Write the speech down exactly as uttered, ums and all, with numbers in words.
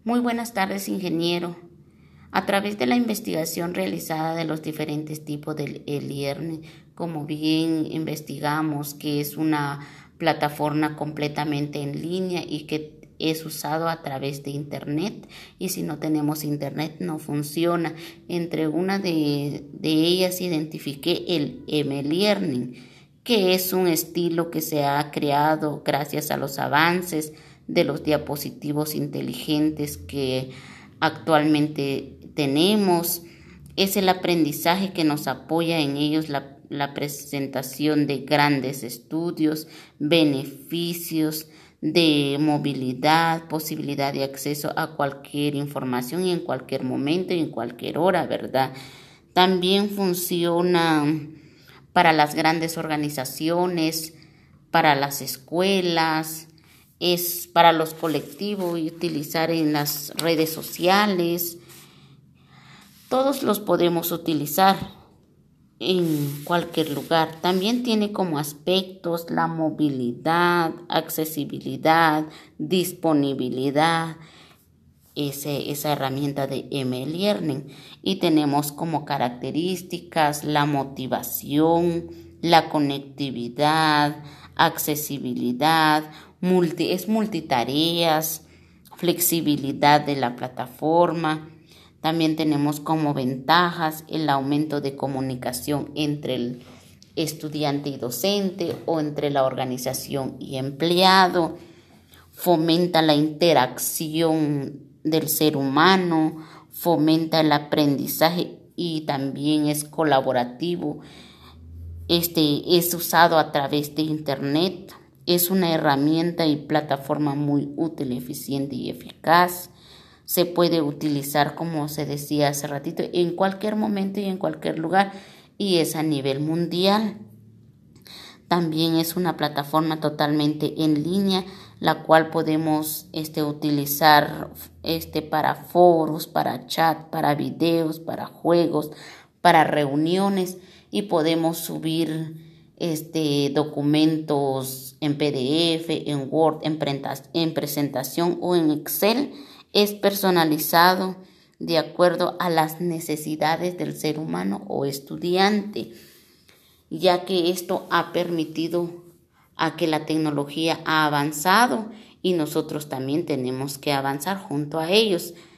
Muy buenas tardes, ingeniero. A través de la investigación realizada de los diferentes tipos del e-learning, como bien investigamos que es una plataforma completamente en línea y que es usado a través de Internet, y si no tenemos Internet no funciona. Entre una de, de ellas identifiqué el e-learning, que es un estilo que se ha creado gracias a los avances de los dispositivos inteligentes que actualmente tenemos. Es el aprendizaje que nos apoya en ellos la, la presentación de grandes estudios, beneficios de movilidad, posibilidad de acceso a cualquier información y en cualquier momento y en cualquier hora, ¿verdad? También funciona para las grandes organizaciones, para las escuelas, es para los colectivos y utilizar en las redes sociales. Todos los podemos utilizar en cualquier lugar. También tiene como aspectos la movilidad, accesibilidad, disponibilidad, ese, esa herramienta de e-learning. Y tenemos como características la motivación, la conectividad, accesibilidad, multi, es multitareas, flexibilidad de la plataforma. También tenemos como ventajas el aumento de comunicación entre el estudiante y docente o entre la organización y empleado. Fomenta la interacción del ser humano, fomenta el aprendizaje y también es colaborativo. Este es usado a través de Internet. Es una herramienta y plataforma muy útil, eficiente y eficaz. Se puede utilizar, como se decía hace ratito, en cualquier momento y en cualquier lugar, y es a nivel mundial. También es una plataforma totalmente en línea, la cual podemos este, utilizar este, para foros, para chat, para videos, para juegos, para reuniones, y podemos subir este, documentos en P D F, en Word, en, en presentación o en Excel. Es personalizado de acuerdo a las necesidades del ser humano o estudiante, ya que esto ha permitido a que la tecnología ha avanzado y nosotros también tenemos que avanzar junto a ellos.